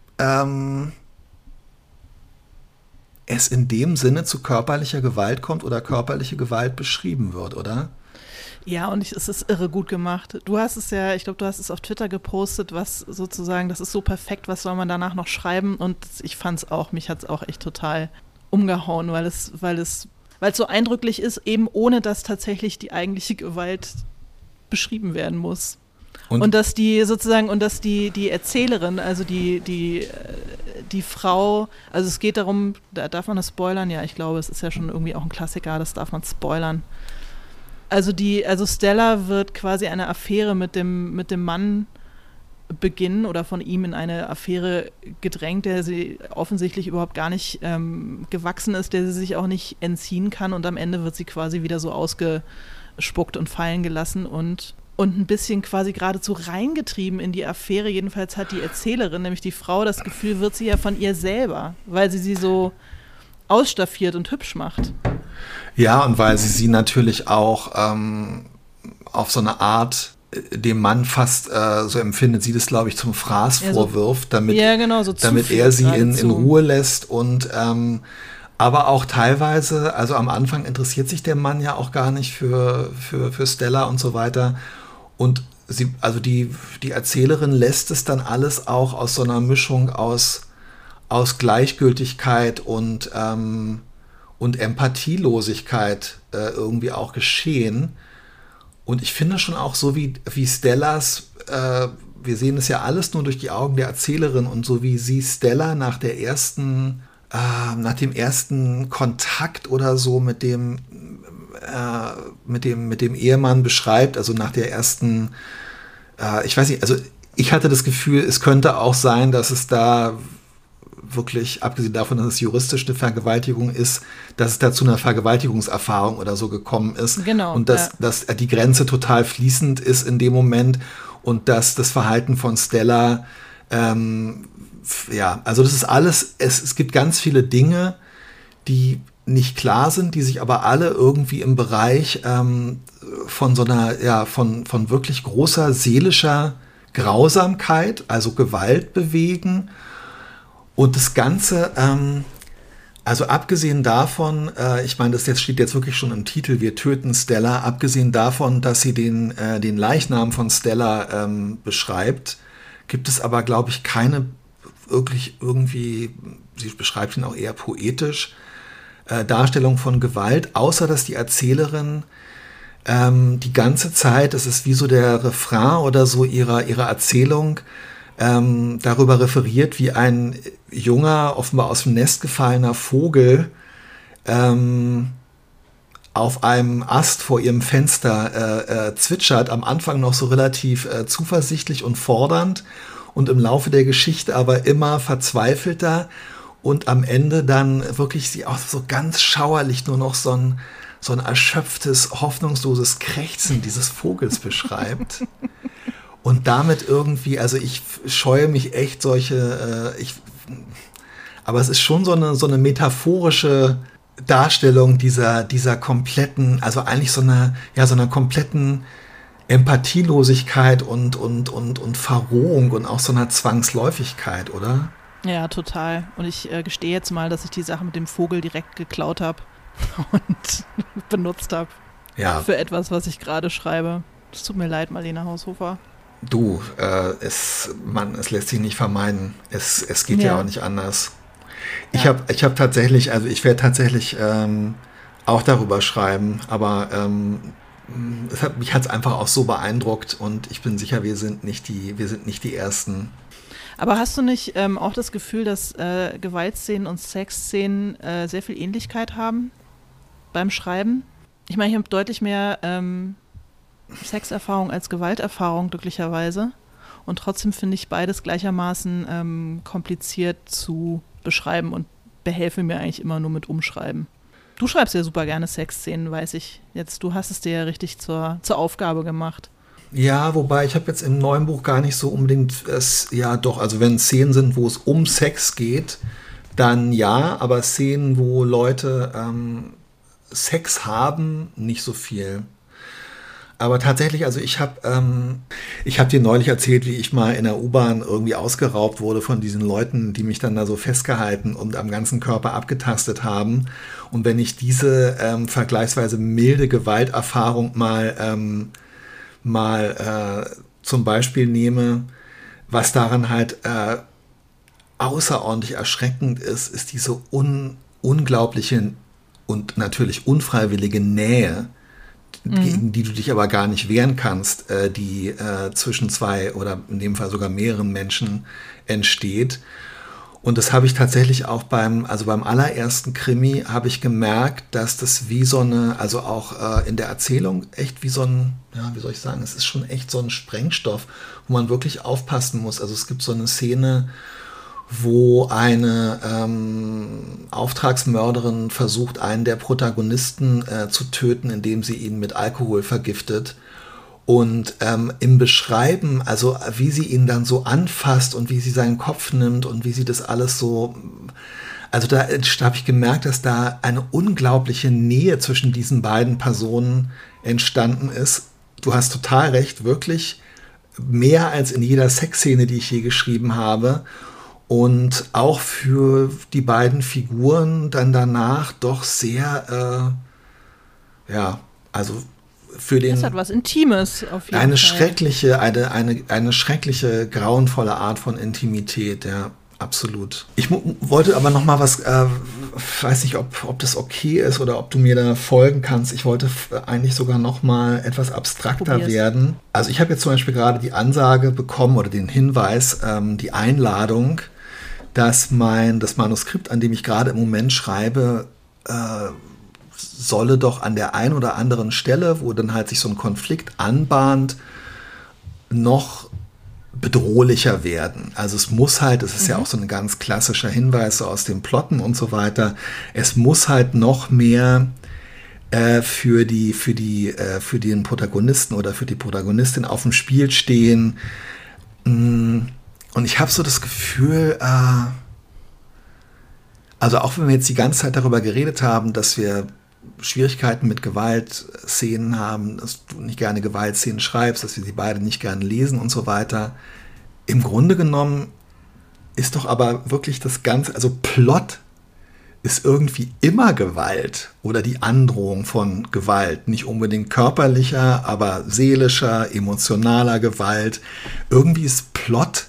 es in dem Sinne zu körperlicher Gewalt kommt oder körperliche Gewalt beschrieben wird, oder? Ja, und es ist irre gut gemacht. Du hast es ja, ich glaube, du hast es auf Twitter gepostet, was sozusagen, das ist so perfekt, was soll man danach noch schreiben? Und ich fand es auch, mich hat es auch echt total umgehauen, weil es so eindrücklich ist, eben ohne dass tatsächlich die eigentliche Gewalt beschrieben werden muss. Und dass die Erzählerin, also die Frau, also es geht darum, darf man das spoilern? Ja, ich glaube, es ist ja schon irgendwie auch ein Klassiker, das darf man spoilern. Also Stella wird quasi eine Affäre mit dem Mann beginnen oder von ihm in eine Affäre gedrängt, der sie offensichtlich überhaupt gar nicht gewachsen ist, der sie sich auch nicht entziehen kann, und am Ende wird sie quasi wieder so ausgespuckt und fallen gelassen und ein bisschen quasi geradezu reingetrieben in die Affäre. Jedenfalls hat die Erzählerin, nämlich die Frau, das Gefühl, wird sie ja von ihr selber, weil sie so ausstaffiert und hübsch macht. Ja, und weil sie natürlich auch auf so eine Art dem Mann fast, so empfindet sie das, glaube ich, zum Fraß vorwirft, damit er sie in Ruhe lässt. Und aber auch teilweise, also am Anfang interessiert sich der Mann ja auch gar nicht für Stella und so weiter. Und die Erzählerin lässt es dann alles auch aus so einer Mischung aus Gleichgültigkeit und Empathielosigkeit irgendwie auch geschehen. Und ich finde schon auch so wie Stellas, wir sehen es ja alles nur durch die Augen der Erzählerin, und so wie sie Stella nach dem ersten Kontakt oder so mit dem Ehemann beschreibt, also nach der ersten, ich weiß nicht, also ich hatte das Gefühl, es könnte auch sein, dass es da wirklich, abgesehen davon, dass es juristisch eine Vergewaltigung ist, dass es da zu einer Vergewaltigungserfahrung oder so gekommen ist. Genau. Und dass die Grenze total fließend ist in dem Moment und dass das Verhalten von Stella, also das ist alles, es gibt ganz viele Dinge, die nicht klar sind, die sich aber alle irgendwie im Bereich von so einer, von wirklich großer seelischer Grausamkeit, also Gewalt bewegen. Und das Ganze Also abgesehen davon, ich meine, das jetzt steht jetzt wirklich schon im Titel, wir töten Stella, abgesehen davon, dass sie den Leichnam von Stella beschreibt, gibt es aber, glaube ich, keine wirklich irgendwie, sie beschreibt ihn auch eher poetisch, Darstellung von Gewalt, außer dass die Erzählerin die ganze Zeit, das ist wie so der Refrain oder so ihrer Erzählung, darüber referiert, wie ein junger, offenbar aus dem Nest gefallener Vogel auf einem Ast vor ihrem Fenster zwitschert, am Anfang noch so relativ zuversichtlich und fordernd und im Laufe der Geschichte aber immer verzweifelter und am Ende dann wirklich sie auch so ganz schauerlich nur noch so ein erschöpftes, hoffnungsloses Krächzen dieses Vogels beschreibt. Und damit irgendwie, also ich scheue mich echt aber es ist schon so eine metaphorische Darstellung dieser kompletten, also eigentlich so einer kompletten Empathielosigkeit und Verrohung und auch so einer Zwangsläufigkeit, oder? Ja, total. Und ich gestehe jetzt mal, dass ich die Sache mit dem Vogel direkt geklaut habe und benutzt habe. Ja. Für etwas, was ich gerade schreibe. Es tut mir leid, Marlene Haushofer. Du, es lässt sich nicht vermeiden. Es geht ja auch nicht anders. Ja. Ich habe tatsächlich, also ich werde tatsächlich auch darüber schreiben, aber mich hat es einfach auch so beeindruckt und ich bin sicher, wir sind nicht die Ersten. Aber hast du nicht auch das Gefühl, dass Gewaltszenen und Sexszenen sehr viel Ähnlichkeit haben beim Schreiben? Ich meine, ich habe deutlich mehr Sexerfahrung als Gewalterfahrung, glücklicherweise. Und trotzdem finde ich beides gleichermaßen kompliziert zu beschreiben und behelfe mir eigentlich immer nur mit Umschreiben. Du schreibst ja super gerne Sexszenen, weiß ich jetzt. Du hast es dir ja richtig zur Aufgabe gemacht. Ja, wobei ich habe jetzt im neuen Buch gar nicht so unbedingt also wenn Szenen sind, wo es um Sex geht, dann ja, aber Szenen, wo Leute Sex haben, nicht so viel. Aber tatsächlich, also ich hab dir neulich erzählt, wie ich mal in der U-Bahn irgendwie ausgeraubt wurde von diesen Leuten, die mich dann da so festgehalten und am ganzen Körper abgetastet haben. Und wenn ich diese vergleichsweise milde Gewalterfahrung mal zum Beispiel nehme, was daran halt außerordentlich erschreckend ist diese unglaubliche und natürlich unfreiwillige Nähe, gegen die du dich aber gar nicht wehren kannst, die zwischen zwei oder in dem Fall sogar mehreren Menschen entsteht. Und das habe ich tatsächlich auch beim allerersten Krimi habe ich gemerkt, dass das wie so eine, also auch in der Erzählung echt wie so ein, ja, wie soll ich sagen, es ist schon echt so ein Sprengstoff, wo man wirklich aufpassen muss. Also es gibt so eine Szene, wo eine Auftragsmörderin versucht, einen der Protagonisten zu töten, indem sie ihn mit Alkohol vergiftet. Und im Beschreiben, also wie sie ihn dann so anfasst und wie sie seinen Kopf nimmt und wie sie das alles so, also da habe ich gemerkt, dass da eine unglaubliche Nähe zwischen diesen beiden Personen entstanden ist. Du hast total recht, wirklich mehr als in jeder Sexszene, die ich je geschrieben habe. Und auch für die beiden Figuren dann danach doch sehr, also für den... Das hat was Intimes auf jeden Eine Fall. Eine schreckliche, grauenvolle Art von Intimität, ja, absolut. Ich wollte aber noch mal was, weiß nicht, ob das okay ist oder ob du mir da folgen kannst. Ich wollte eigentlich sogar noch mal etwas abstrakter werden. Also ich habe jetzt zum Beispiel gerade die Ansage bekommen oder den Hinweis, die Einladung, dass das Manuskript, an dem ich gerade im Moment schreibe, solle doch an der einen oder anderen Stelle, wo dann halt sich so ein Konflikt anbahnt, noch bedrohlicher werden. Also es muss halt, es ist ja auch so ein ganz klassischer Hinweis so aus den Plotten und so weiter, es muss halt noch mehr für den Protagonisten oder für die Protagonistin auf dem Spiel stehen. Und ich habe so das Gefühl, also auch wenn wir jetzt die ganze Zeit darüber geredet haben, dass wir Schwierigkeiten mit Gewaltszenen haben, dass du nicht gerne Gewaltszenen schreibst, dass wir sie beide nicht gerne lesen und so weiter. Im Grunde genommen ist doch aber wirklich das Ganze, also Plot ist irgendwie immer Gewalt oder die Androhung von Gewalt. Nicht unbedingt körperlicher, aber seelischer, emotionaler Gewalt. Irgendwie ist Plot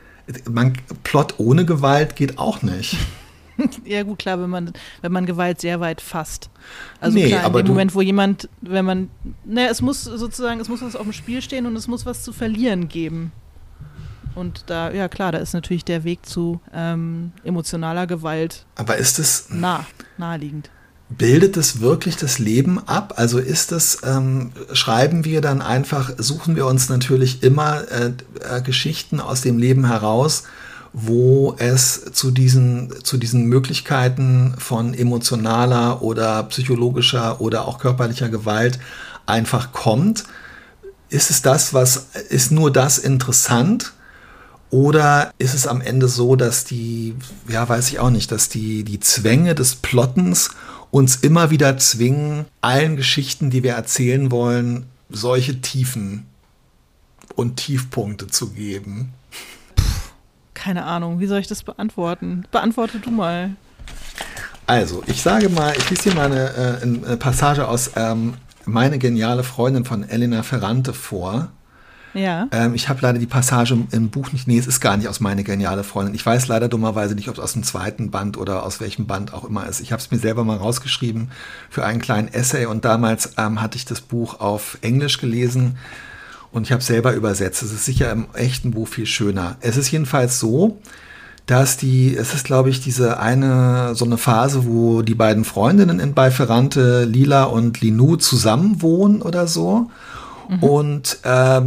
ohne Gewalt geht auch nicht. Ja gut, klar, wenn man Gewalt sehr weit fasst. Also Nee, klar, in aber dem du- Moment, wo es muss was auf dem Spiel stehen und es muss was zu verlieren geben. Und da, ja klar, da ist natürlich der Weg zu emotionaler Gewalt Aber ist es, naheliegend. bildet es wirklich das Leben ab? Also ist es, schreiben wir dann einfach, suchen wir uns natürlich immer Geschichten aus dem Leben heraus, wo es zu diesen Möglichkeiten von emotionaler oder psychologischer oder auch körperlicher Gewalt einfach kommt? Ist nur das interessant? Oder ist es am Ende so, dass dass die Zwänge des Plottens uns immer wieder zwingen, allen Geschichten, die wir erzählen wollen, solche Tiefen und Tiefpunkte zu geben? Keine Ahnung, wie soll ich das beantworten? Beantworte du mal. Also, ich lese hier mal eine Passage aus Meine geniale Freundin von Elena Ferrante vor. Ja. Ich habe leider die Passage im Buch nicht. Nee, es ist gar nicht aus Meine geniale Freundin. Ich weiß leider dummerweise nicht, ob es aus dem zweiten Band oder aus welchem Band auch immer ist. Ich habe es mir selber mal rausgeschrieben für einen kleinen Essay und damals hatte ich das Buch auf Englisch gelesen und ich habe es selber übersetzt. Es ist sicher im echten Buch viel schöner. Es ist jedenfalls so, dass es ist, glaube ich, so eine Phase, wo die beiden Freundinnen bei Ferrante, Lila und Linou, zusammen wohnen oder so. Und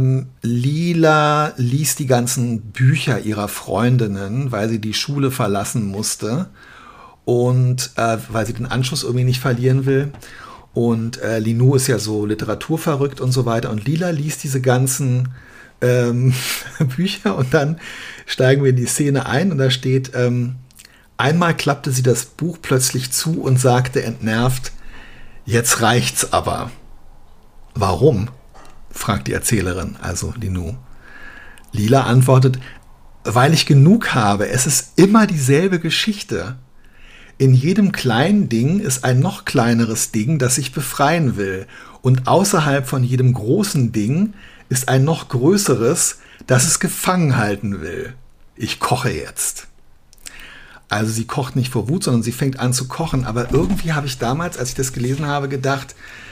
Lila liest die ganzen Bücher ihrer Freundinnen, weil sie die Schule verlassen musste und weil sie den Anschluss irgendwie nicht verlieren will. Und Linou ist ja so literaturverrückt und so weiter. Und Lila liest diese ganzen Bücher und dann steigen wir in die Szene ein und da steht, einmal klappte sie das Buch plötzlich zu und sagte entnervt, jetzt reicht's aber. Warum? Fragt die Erzählerin, also Linou. Lila antwortet, weil ich genug habe. Es ist immer dieselbe Geschichte. In jedem kleinen Ding ist ein noch kleineres Ding, das sich befreien will. Und außerhalb von jedem großen Ding ist ein noch größeres, das es gefangen halten will. Ich koche jetzt. Also sie kocht nicht vor Wut, sondern sie fängt an zu kochen. Aber irgendwie habe ich damals, als ich das gelesen habe, gedacht,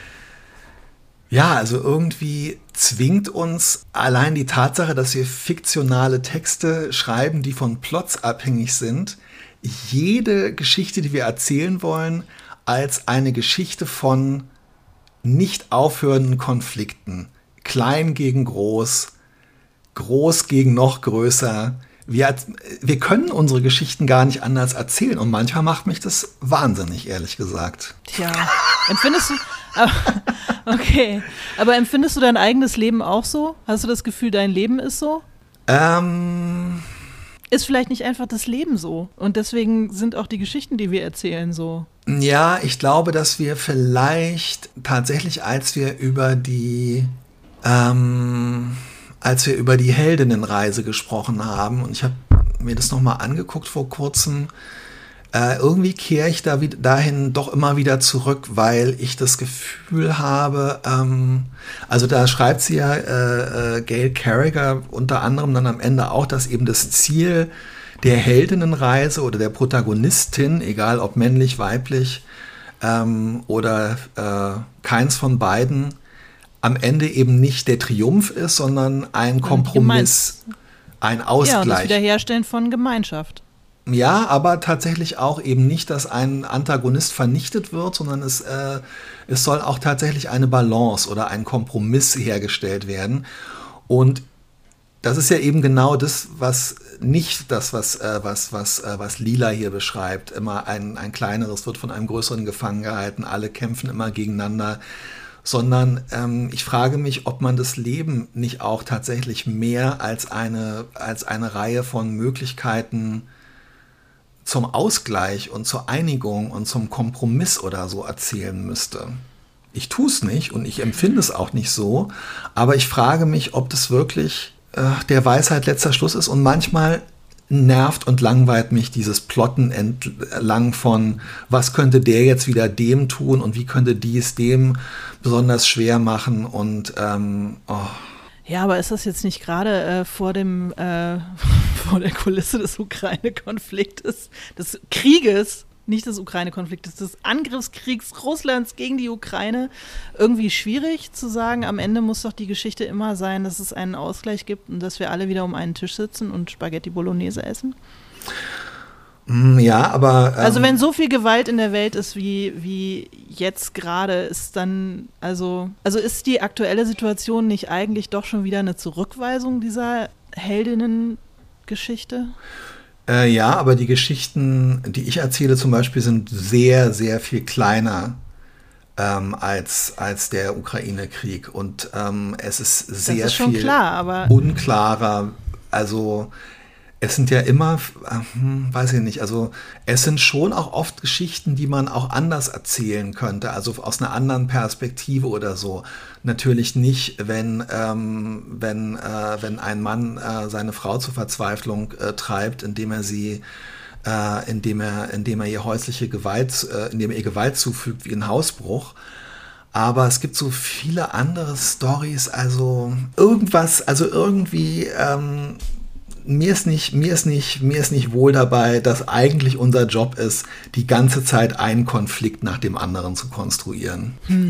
ja, also irgendwie zwingt uns allein die Tatsache, dass wir fiktionale Texte schreiben, die von Plots abhängig sind, jede Geschichte, die wir erzählen wollen, als eine Geschichte von nicht aufhörenden Konflikten. Klein gegen groß, groß gegen noch größer. Wir können unsere Geschichten gar nicht anders erzählen und manchmal macht mich das wahnsinnig, ehrlich gesagt. Tja, empfindest du... Okay, aber empfindest du dein eigenes Leben auch so? Hast du das Gefühl, dein Leben ist so? Ist vielleicht nicht einfach das Leben so und deswegen sind auch die Geschichten, die wir erzählen, so. Ja, ich glaube, dass wir vielleicht tatsächlich, als wir über die Heldinnenreise gesprochen haben, und ich habe mir das nochmal angeguckt vor kurzem, irgendwie kehre ich dahin doch immer wieder zurück, weil ich das Gefühl habe, also da schreibt sie ja Gail Carriger unter anderem dann am Ende auch, dass eben das Ziel der Heldinnenreise oder der Protagonistin, egal ob männlich, weiblich oder keins von beiden, am Ende eben nicht der Triumph ist, sondern ein Kompromiss, ein Ausgleich. Ja, und das Wiederherstellen von Gemeinschaft. Ja, aber tatsächlich auch eben nicht, dass ein Antagonist vernichtet wird, sondern es soll auch tatsächlich eine Balance oder ein Kompromiss hergestellt werden. Und das ist ja eben genau das, was Lila hier beschreibt. Immer ein kleineres wird von einem größeren gefangen gehalten, alle kämpfen immer gegeneinander. Sondern ich frage mich, ob man das Leben nicht auch tatsächlich mehr als eine Reihe von Möglichkeiten zum Ausgleich und zur Einigung und zum Kompromiss oder so erzählen müsste. Ich tue es nicht und ich empfinde es auch nicht so, aber ich frage mich, ob das wirklich der Weisheit letzter Schluss ist und manchmal nervt und langweilt mich dieses Plotten entlang von, was könnte der jetzt wieder dem tun und wie könnte dies dem besonders schwer machen und Ja, aber ist das jetzt nicht gerade vor der Kulisse des Ukraine-Konfliktes, des Krieges, nicht des Ukraine-Konfliktes, des Angriffskriegs Russlands gegen die Ukraine, irgendwie schwierig zu sagen, am Ende muss doch die Geschichte immer sein, dass es einen Ausgleich gibt und dass wir alle wieder um einen Tisch sitzen und Spaghetti Bolognese essen? Ja, aber... also wenn so viel Gewalt in der Welt ist, wie jetzt gerade, ist dann, also ist die aktuelle Situation nicht eigentlich doch schon wieder eine Zurückweisung dieser Heldinnengeschichte? Ja, aber die Geschichten, die ich erzähle zum Beispiel, sind sehr, sehr viel kleiner als der Ukraine-Krieg. Und es ist sehr das ist schon viel klar, aber unklarer. Also es sind ja immer, weiß ich nicht, also es sind schon auch oft Geschichten, die man auch anders erzählen könnte, also aus einer anderen Perspektive oder so. Natürlich nicht, wenn ein Mann seine Frau zur Verzweiflung treibt, indem er ihr häusliche Gewalt, indem er ihr Gewalt zufügt wie ein Hausbruch. Aber es gibt so viele andere Storys, also irgendwie mir ist nicht wohl dabei, dass eigentlich unser Job ist, die ganze Zeit einen Konflikt nach dem anderen zu konstruieren.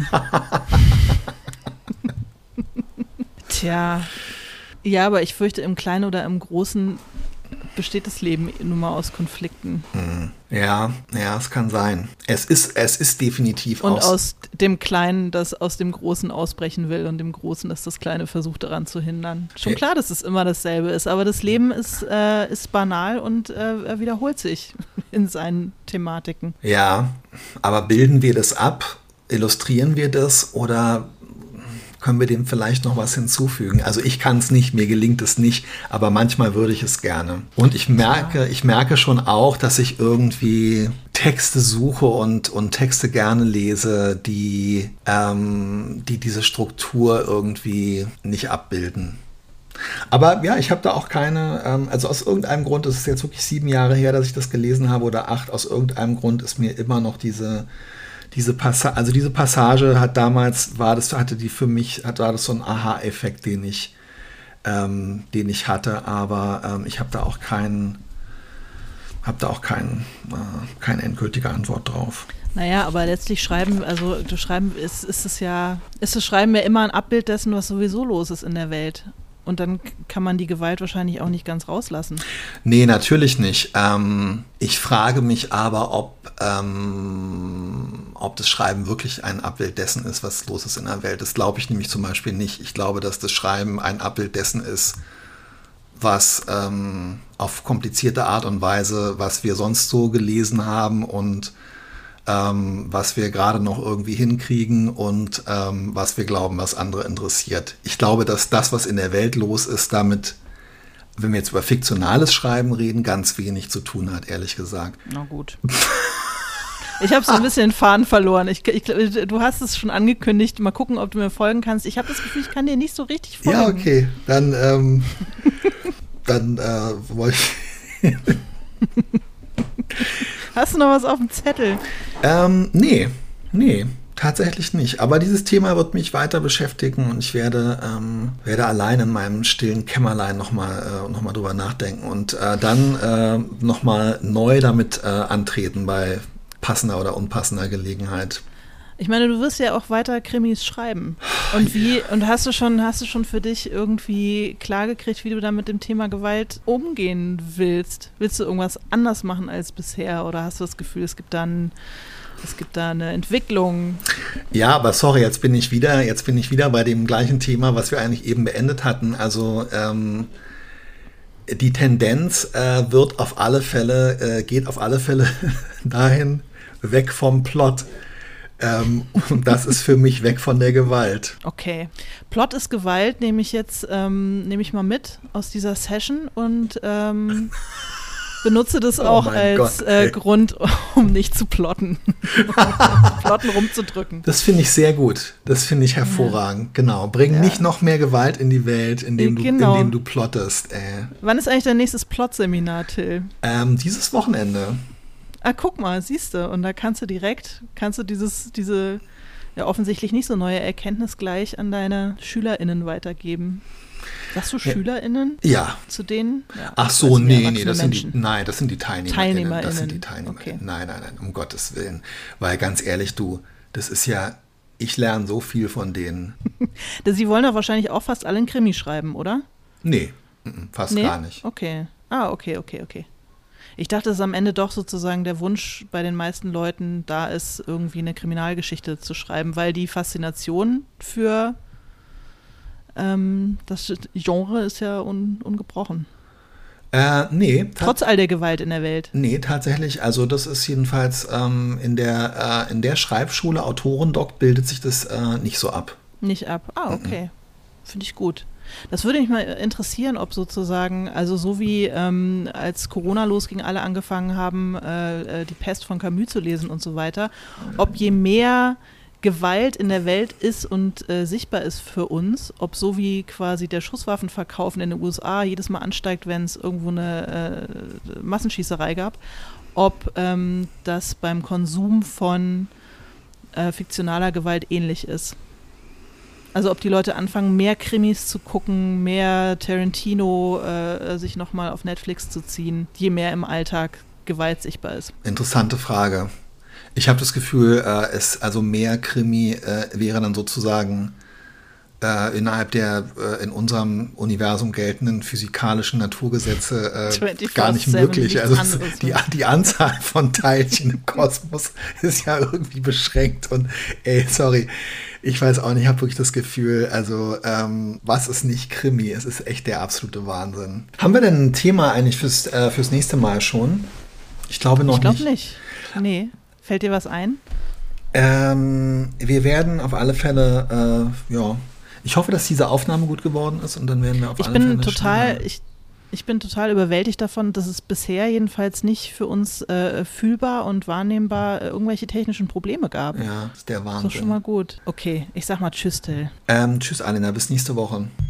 Tja, ja, aber ich fürchte, im Kleinen oder im Großen besteht das Leben nun mal aus Konflikten. Ja, es kann sein. Es ist definitiv und aus dem Kleinen, das aus dem Großen ausbrechen will und dem Großen, das das Kleine versucht daran zu hindern. Schon klar, dass es immer dasselbe ist, aber das Leben ist banal und wiederholt sich in seinen Thematiken. Ja, aber bilden wir das ab? Illustrieren wir das oder können wir dem vielleicht noch was hinzufügen? Also ich kann es nicht, mir gelingt es nicht, aber manchmal würde ich es gerne. Und ich merke schon auch, dass ich irgendwie Texte suche und Texte gerne lese, die diese Struktur irgendwie nicht abbilden. Aber ja, ich habe da auch keine, also aus irgendeinem Grund, es ist jetzt wirklich 7 Jahre her, dass ich das gelesen habe oder 8, aus irgendeinem Grund ist mir immer noch diese Passage hat damals, war das so ein Aha-Effekt, den ich hatte, aber ich habe da auch keine endgültige Antwort drauf. Naja, aber letztlich ist das Schreiben ja immer ein Abbild dessen, was sowieso los ist in der Welt. Und dann kann man die Gewalt wahrscheinlich auch nicht ganz rauslassen. Nee, natürlich nicht. Ich frage mich aber, ob das Schreiben wirklich ein Abbild dessen ist, was los ist in der Welt. Das glaube ich nämlich zum Beispiel nicht. Ich glaube, dass das Schreiben ein Abbild dessen ist, was auf komplizierte Art und Weise, was wir sonst so gelesen haben und was wir gerade noch irgendwie hinkriegen und was wir glauben, was andere interessiert. Ich glaube, dass das, was in der Welt los ist, damit, wenn wir jetzt über fiktionales Schreiben reden, ganz wenig zu tun hat, ehrlich gesagt. Na gut. Ich habe so ein bisschen den Faden verloren. Du hast es schon angekündigt. Mal gucken, ob du mir folgen kannst. Ich habe das Gefühl, ich kann dir nicht so richtig folgen. Ja, okay. Dann wollte ich... Hast du noch was auf dem Zettel? Nee, tatsächlich nicht. Aber dieses Thema wird mich weiter beschäftigen und ich werde allein in meinem stillen Kämmerlein noch mal drüber nachdenken und dann noch mal neu damit antreten bei passender oder unpassender Gelegenheit. Ich meine, du wirst ja auch weiter Krimis schreiben. Und und hast du schon für dich irgendwie klargekriegt, wie du da mit dem Thema Gewalt umgehen willst? Willst du irgendwas anders machen als bisher? Oder hast du das Gefühl, es gibt da eine Entwicklung? Ja, aber sorry, jetzt bin ich wieder bei dem gleichen Thema, was wir eigentlich eben beendet hatten. Also die Tendenz geht auf alle Fälle dahin, weg vom Plot. Und das ist für mich weg von der Gewalt. Okay. Plot ist Gewalt, nehme ich mal mit aus dieser Session und benutze das Oh auch mein als Gott, ey. Grund, um nicht zu plotten. Plotten rumzudrücken. Das finde ich sehr gut. Das finde ich hervorragend. Genau. Bring Ja. nicht noch mehr Gewalt in die Welt, indem Genau. du plottest. Wann ist eigentlich dein nächstes Plot-Seminar, Till? Dieses Wochenende. Ah, guck mal, siehst du. Und da kannst du diese ja offensichtlich nicht so neue Erkenntnis gleich an deine SchülerInnen weitergeben. Sagst du SchülerInnen Ja. zu denen? Ja, Ach das so, sind ja nee, das erwachsene sind die Teilnehmerinnen. TeilnehmerInnen. Das sind die Teilnehmerinnen. Okay. Nein, um Gottes Willen. Weil ganz ehrlich, das ist ja, ich lerne so viel von denen. Sie wollen doch wahrscheinlich auch fast alle einen Krimi schreiben, oder? Nee, fast Nee? gar nicht. Okay. Ah, okay. Ich dachte, dass am Ende doch sozusagen der Wunsch bei den meisten Leuten da ist, irgendwie eine Kriminalgeschichte zu schreiben, weil die Faszination für das Genre ist ja ungebrochen. Nee. Trotz all der Gewalt in der Welt. Nee, tatsächlich. Also das ist jedenfalls in der Schreibschule Autorendoc bildet sich das nicht so ab. Nicht ab. Ah, okay. Finde ich gut. Das würde mich mal interessieren, ob sozusagen, also so wie als Corona losging, alle angefangen haben, die Pest von Camus zu lesen und so weiter, ob je mehr Gewalt in der Welt ist und sichtbar ist für uns, ob so wie quasi der Schusswaffenverkauf in den USA jedes Mal ansteigt, wenn es irgendwo eine Massenschießerei gab, ob das beim Konsum von fiktionaler Gewalt ähnlich ist. Also ob die Leute anfangen, mehr Krimis zu gucken, mehr Tarantino sich nochmal auf Netflix zu ziehen, je mehr im Alltag Gewalt sichtbar ist. Interessante Frage. Ich habe das Gefühl, also mehr Krimi wäre dann sozusagen innerhalb der in unserem Universum geltenden physikalischen Naturgesetze gar nicht 24/7, möglich. Also nichts anderes. die Anzahl von Teilchen im Kosmos ist ja irgendwie beschränkt. Und sorry, ich weiß auch nicht, ich habe wirklich das Gefühl, also was ist nicht Krimi? Es ist echt der absolute Wahnsinn. Haben wir denn ein Thema eigentlich fürs nächste Mal schon? Ich glaube noch nicht. Ich glaube nicht. Nee. Fällt dir was ein? Wir werden auf alle Fälle, ich hoffe, dass diese Aufnahme gut geworden ist und dann werden wir auf alle Fälle Ich bin total überwältigt davon, dass es bisher jedenfalls nicht für uns fühlbar und wahrnehmbar irgendwelche technischen Probleme gab. Ja, das ist der Wahnsinn. Das ist doch schon mal gut. Okay, ich sag mal Tschüss, Till. Tschüss, Alena, bis nächste Woche.